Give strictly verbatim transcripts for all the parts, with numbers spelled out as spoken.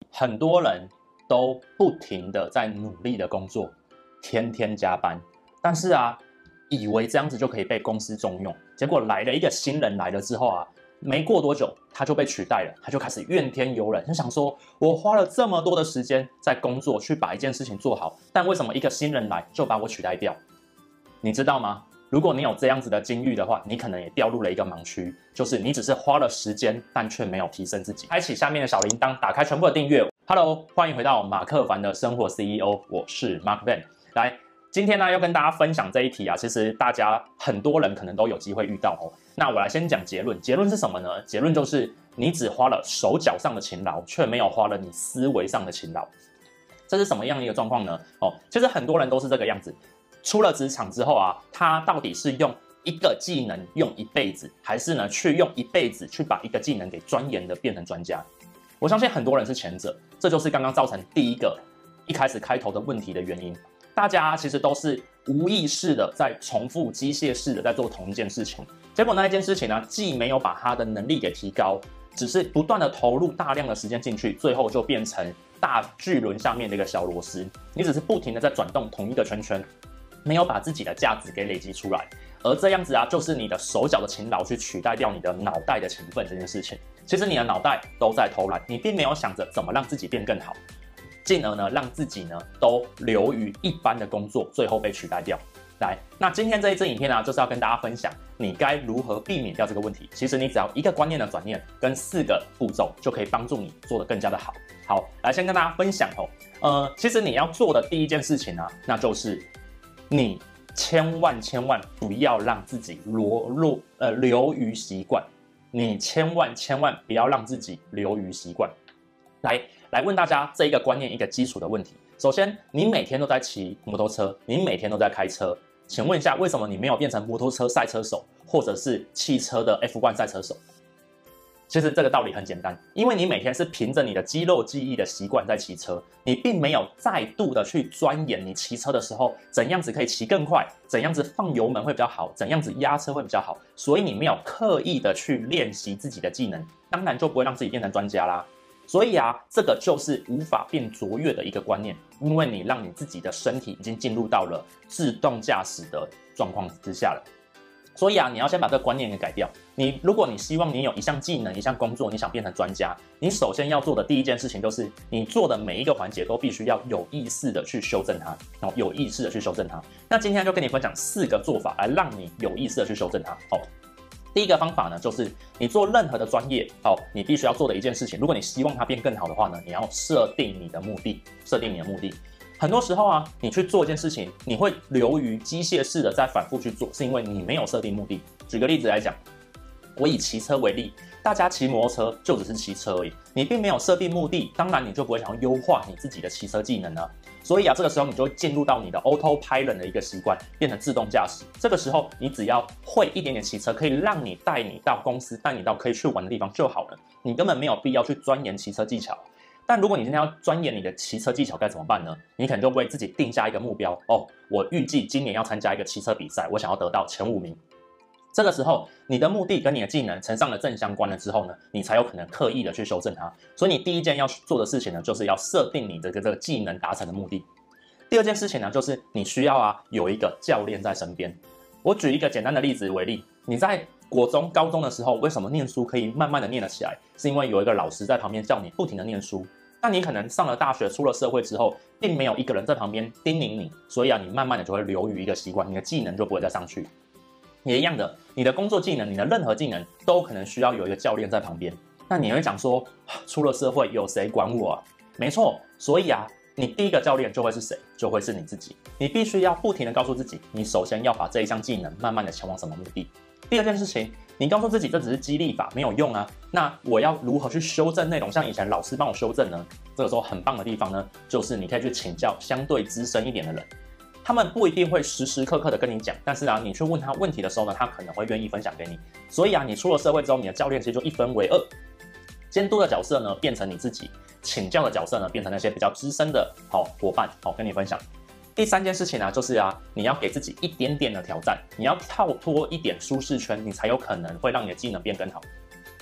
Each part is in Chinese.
很多人都不停的在努力的工作，天天加班，但是啊，以为这样子就可以被公司重用，结果来了一个新人来了之后啊，没过多久他就被取代了，他就开始怨天尤人，就想说，我花了这么多的时间在工作去把一件事情做好，但为什么一个新人来就把我取代掉？你知道吗？如果你有这样子的境遇的话，你可能也掉入了一个盲区，就是你只是花了时间，但却没有提升自己。开启下面的小铃铛，打开全部的订阅。Hello， 欢迎回到马克凡的生活 C E O， 我是 Mark Van。来，今天呢要跟大家分享这一题啊，其实大家很多人可能都有机会遇到哦。那我来先讲结论，结论是什么呢？结论就是你只花了手脚上的勤劳，却没有花了你思维上的勤劳。这是什么样的一个状况呢？哦，其实很多人都是这个样子。出了职场之后啊，他到底是用一个技能用一辈子，还是呢去用一辈子去把一个技能给钻研的变成专家？我相信很多人是前者，这就是刚刚造成第一个一开始开头的问题的原因。大家其实都是无意识的在重复机械式的在做同一件事情，结果那一件事情呢，既没有把他的能力给提高，只是不断的投入大量的时间进去，最后就变成大巨轮下面的一个小螺丝，你只是不停的在转动同一个圈圈。没有把自己的价值给累积出来，而这样子啊，就是你的手脚的勤劳去取代掉你的脑袋的勤奋这件事情。其实你的脑袋都在偷懒，你并没有想着怎么让自己变更好，进而呢让自己呢都流于一般的工作，最后被取代掉。来，那今天这一支影片呢、啊，就是要跟大家分享你该如何避免掉这个问题。其实你只要一个观念的转念跟四个步骤，就可以帮助你做得更加的好。好，来先跟大家分享哦，呃，其实你要做的第一件事情呢、啊，那就是你千万千万不要让自己落落呃流于习惯，你千万千万不要让自己流于习惯。来来问大家这一个观念一个基础的问题。首先，你每天都在骑摩托车，你每天都在开车，请问一下，为什么你没有变成摩托车赛车手，或者是汽车的 F 一 赛车手？其实这个道理很简单，因为你每天是凭着你的肌肉记忆的习惯在骑车，你并没有再度的去钻研你骑车的时候怎样子可以骑更快，怎样子放油门会比较好，怎样子压车会比较好，所以你没有刻意的去练习自己的技能，当然就不会让自己变成专家啦。所以啊，这个就是无法变卓越的一个观念，因为你让你自己的身体已经进入到了自动驾驶的状况之下了。所以啊，你要先把这个观念给改掉。你如果你希望你有一项技能、一项工作，你想变成专家，你首先要做的第一件事情就是，你做的每一个环节都必须要有意识的去修正它，然后有意识的去修正它。那今天就跟你分享四个做法，来让你有意识的去修正它。好，第一个方法呢，就是你做任何的专业，哦，你必须要做的一件事情。如果你希望它变更好的话呢，你要设定你的目的，设定你的目的。很多时候啊，你去做一件事情，你会流于机械式的在反复去做，是因为你没有设定目的。举个例子来讲，我以骑车为例，大家骑摩托车就只是骑车而已，你并没有设定目的，当然你就不会想要优化你自己的骑车技能了。所以啊，这个时候你就会进入到你的 autopilot 的一个习惯，变成自动驾驶。这个时候，你只要会一点点骑车，可以让你带你到公司，带你到可以去玩的地方就好了。你根本没有必要去钻研骑车技巧。但如果你今天要钻研你的骑车技巧该怎么办呢？你可能就为自己定下一个目标哦，我预计今年要参加一个骑车比赛，我想要得到前五名。这个时候，你的目的跟你的技能呈上了正相关了之后呢，你才有可能刻意的去修正它。所以你第一件要做的事情呢，就是要设定你的这个技能达成的目的。第二件事情呢，就是你需要啊有一个教练在身边。我举一个简单的例子为例，你在国中、高中的时候，为什么念书可以慢慢的念得起来？是因为有一个老师在旁边叫你不停的念书。那你可能上了大学、出了社会之后，并没有一个人在旁边叮咛你，所以啊，你慢慢的就会流于一个习惯，你的技能就不会再上去。也一样的，你的工作技能、你的任何技能都可能需要有一个教练在旁边。那你会讲说，出了社会有谁管我啊？没错，所以啊，你第一个教练就会是谁？就会是你自己。你必须要不停的告诉自己，你首先要把这一项技能慢慢的前往什么目的。第二件事情，你告诉自己这只是激励法，没有用啊。那我要如何去修正内容？像以前老师帮我修正呢？这个时候很棒的地方呢，就是你可以去请教相对资深一点的人，他们不一定会时时刻刻的跟你讲，但是啊，你去问他问题的时候呢，他可能会愿意分享给你。所以啊，你出了社会之后，你的教练其实就一分为二，监督的角色呢变成你自己，请教的角色呢变成那些比较资深的好伙伴，好跟你分享。第三件事情啊，就是啊，你要给自己一点点的挑战，你要跳脱一点舒适圈，你才有可能会让你的技能变更好。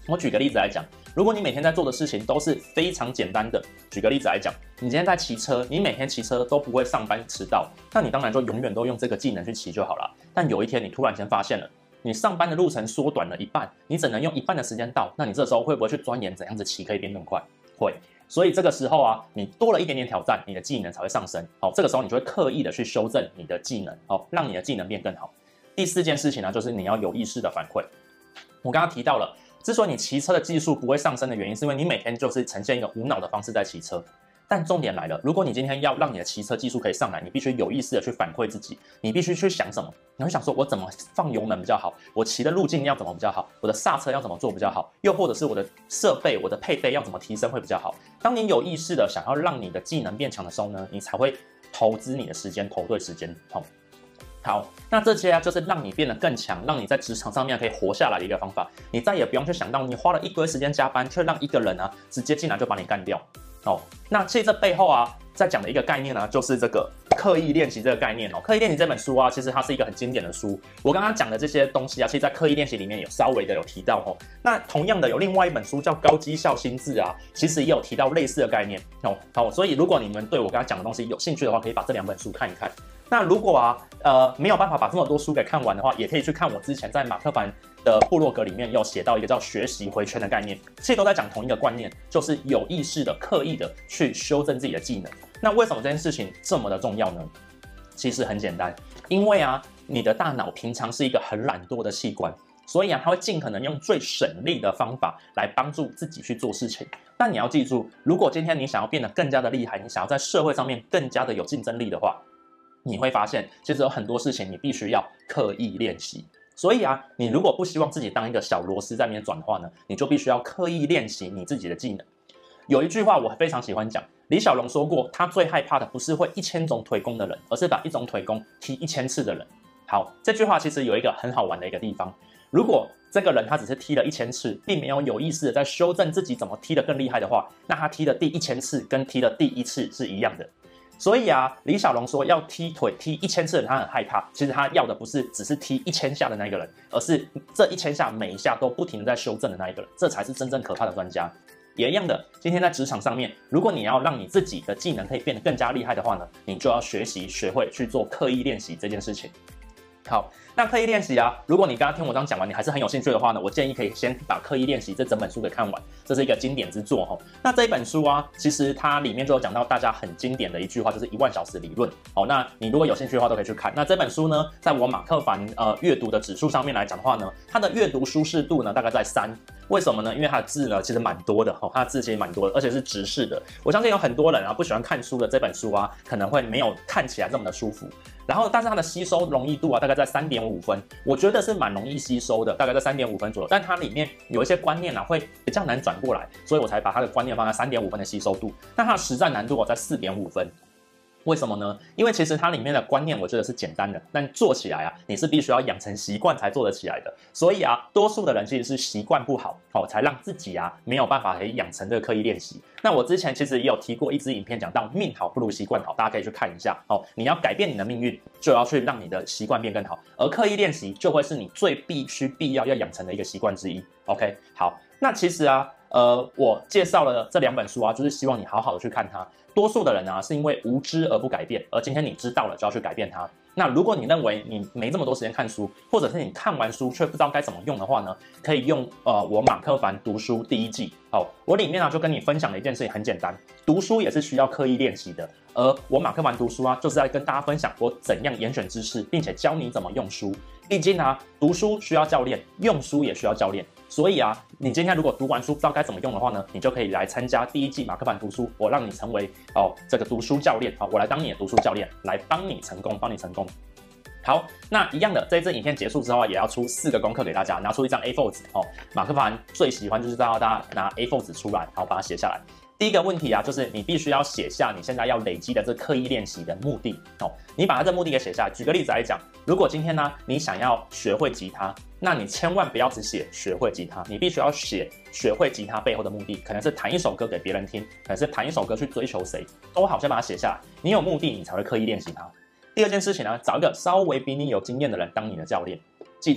我举个例子来讲，如果你每天在做的事情都是非常简单的，举个例子来讲，你今天在骑车，你每天骑车都不会上班迟到，那你当然就永远都用这个技能去骑就好了。但有一天你突然间发现了，你上班的路程缩短了一半，你只能用一半的时间到，那你这时候会不会去钻研怎样子骑可以变更快？会。所以这个时候啊，你多了一点点挑战，你的技能才会上升。好，这个时候你就会刻意的去修正你的技能，好，让你的技能变更好。第四件事情呢，就是你要有意识的反馈。我刚刚提到了，之所以你骑车的技术不会上升的原因，是因为你每天就是呈现一个无脑的方式在骑车。但重点来了，如果你今天要让你的骑车技术可以上来，你必须有意识的去反馈自己，你必须去想什么？你会想说，我怎么放油门比较好？我骑的路径要怎么比较好？我的刹车要怎么做比较好？又或者是我的设备、我的配备要怎么提升会比较好？当你有意识的想要让你的技能变强的时候呢，你才会投资你的时间，投对时间。好。好，那这些啊，就是让你变得更强，让你在职场上面可以活下来的一个方法。你再也不用去想到你花了一堆时间加班，却让一个人啊直接进来就把你干掉。哦，那其实这背后啊，在讲的一个概念呢、啊，就是这个刻意练习这个概念哦。刻意练习这本书啊，其实它是一个很经典的书。我刚刚讲的这些东西啊，其实在刻意练习里面有稍微的有提到哦。那同样的，有另外一本书叫《高绩效心智》啊，其实也有提到类似的概念哦。好，所以如果你们对我刚刚讲的东西有兴趣的话，可以把这两本书看一看。那如果啊，呃，没有办法把这么多书给看完的话，也可以去看我之前在马克凡的部落格里面有写到一个叫学习回圈的概念，其实都在讲同一个观念，就是有意识的、刻意的去修正自己的技能。那为什么这件事情这么的重要呢？其实很简单，因为啊，你的大脑平常是一个很懒惰的器官，所以啊，它会尽可能用最省力的方法来帮助自己去做事情。但你要记住，如果今天你想要变得更加的厉害，你想要在社会上面更加的有竞争力的话，你会发现，其实有很多事情你必须要刻意练习。所以啊，你如果不希望自己当一个小螺丝在那边转的话呢，你就必须要刻意练习你自己的技能。有一句话我非常喜欢讲，李小龙说过，他最害怕的不是会一千种腿功的人，而是把一种腿功踢一千次的人。好，这句话其实有一个很好玩的一个地方，如果这个人他只是踢了一千次，并没有有意识的在修正自己怎么踢得更厉害的话，那他踢的第一千次跟踢的第一次是一样的。所以啊，李小龙说要踢腿踢一千次的人，他很害怕。其实他要的不是只是踢一千下的那一个人，而是这一千下每一下都不停的在修正的那一个人，这才是真正可怕的专家。也一样的，今天在职场上面，如果你要让你自己的技能可以变得更加厉害的话呢，你就要学习学会去做刻意练习这件事情。好，那刻意练习啊，如果你刚刚听我这样讲完，你还是很有兴趣的话呢，我建议可以先把刻意练习这整本书给看完，这是一个经典之作哈。那这一本书啊，其实它里面就有讲到大家很经典的一句话，就是一万小时理论。好，那你如果有兴趣的话，都可以去看。那这本书呢，在我马克凡呃阅读的指数上面来讲的话呢，它的阅读舒适度呢大概在三。为什么呢？因为它的字呢其实蛮多的哈，它的字其实蛮多的，而且是直视的。我相信有很多人啊不喜欢看书的这本书啊，可能会没有看起来这么的舒服。然后，但是它的吸收容易度啊，大概在三点五分，我觉得是蛮容易吸收的，大概在三点五分左右。但它里面有一些观念啊，会比较难转过来，所以我才把它的观念放在三点五分的吸收度。那它的实战难度啊，在四点五分。为什么呢？因为其实它里面的观念我觉得是简单的，但做起来啊，你是必须要养成习惯才做得起来的。所以啊，多数的人其实是习惯不好，哦，才让自己啊没有办法可以养成这个刻意练习。那我之前其实也有提过一支影片，讲到命好不如习惯好，大家可以去看一下。哦，你要改变你的命运，就要去让你的习惯变更好，而刻意练习就会是你最必须必要要养成的一个习惯之一。OK， 好，那其实啊，呃，我介绍了这两本书啊，就是希望你好好的去看它。多数的人啊，是因为无知而不改变，而今天你知道了，就要去改变它。那如果你认为你没这么多时间看书，或者是你看完书却不知道该怎么用的话呢，可以用呃我马克凡读书第一季。好，我里面啊就跟你分享的一件事情很简单，读书也是需要刻意练习的。而我马克凡读书啊，就是在跟大家分享我怎样严选知识，并且教你怎么用书。毕竟啊，读书需要教练，用书也需要教练。所以啊，你今天如果读完书不知道该怎么用的话呢，你就可以来参加第一季马克凡读书，我让你成为哦这个读书教练，好，我来当你的读书教练，来帮你成功，帮你成功。好，那一样的，这一支影片结束之后，也要出四个功课给大家，拿出一张 A 四 纸哦。马克凡最喜欢就是让大家拿 A 四 纸出来，然后把它写下来。第一个问题啊，就是你必须要写下你现在要累积的这刻意练习的目的哦。你把它这目的给写下来。举个例子来讲，如果今天呢，你想要学会吉他，那你千万不要只写学会吉他，你必须要写学会吉他背后的目的，可能是弹一首歌给别人听，可能是弹一首歌去追求谁，都好，先把它写下来。你有目的，你才会刻意练习它。第二件事情呢，找一个稍微比你有经验的人当你的教练。记住，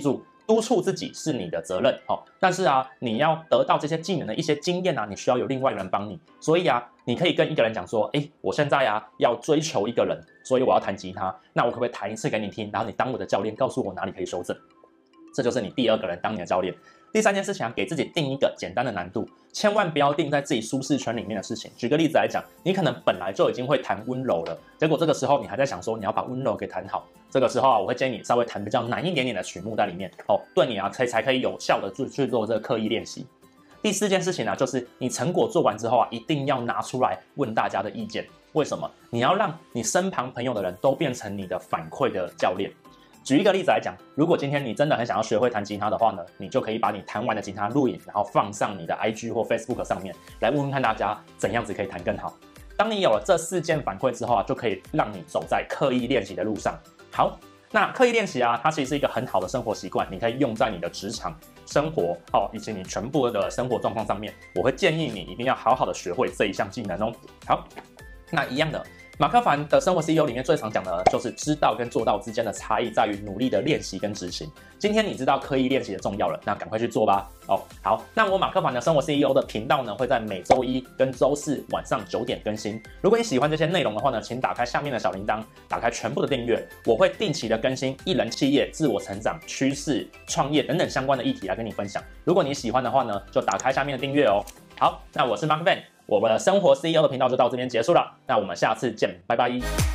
督促自己是你的责任，哦，但是啊，你要得到这些技能的一些经验啊，你需要有另外一个人帮你。所以啊，你可以跟一个人讲说，哎，我现在啊要追求一个人，所以我要弹吉他，那我可不可以弹一次给你听？然后你当我的教练，告诉我哪里可以修正。这就是你第二个人当你的教练。第三件事情啊，给自己定一个简单的难度，千万不要定在自己舒适圈里面的事情。举个例子来讲，你可能本来就已经会弹温柔了，结果这个时候你还在想说你要把温柔给弹好，这个时候啊，我会建议你稍微弹比较难一点点的曲目在里面哦，对你啊才才可以有效的去去做这个刻意练习。第四件事情呢、啊，就是你成果做完之后啊，一定要拿出来问大家的意见。为什么？你要让你身旁朋友的人都变成你的反馈的教练。举一个例子来讲，如果今天你真的很想要学会弹吉他的话呢，你就可以把你弹完的吉他录影，然后放上你的 I G 或 Facebook 上面，来问问看大家怎样子可以弹更好。当你有了这四件反馈之后啊，就可以让你走在刻意练习的路上。好，那刻意练习啊，它其实是一个很好的生活习惯，你可以用在你的职场生活哦，以及你全部的生活状况上面。我会建议你一定要好好的学会这一项技能哦。好，那一样的。马克凡的生活 C E O 里面最常讲的就是知道跟做到之间的差异在于努力的练习跟执行。今天你知道刻意练习的重要了，那赶快去做吧。哦，好，那我马克凡的生活 C E O 的频道呢，会在每周一跟周四晚上九点更新。如果你喜欢这些内容的话呢，请打开下面的小铃铛，打开全部的订阅，我会定期的更新艺人企业、自我成长、趋势、创业等等相关的议题来跟你分享。如果你喜欢的话呢，就打开下面的订阅哦。好，那我是 Mark Van。我们的生活 C E O 的频道就到这边结束了，那我们下次见，拜拜。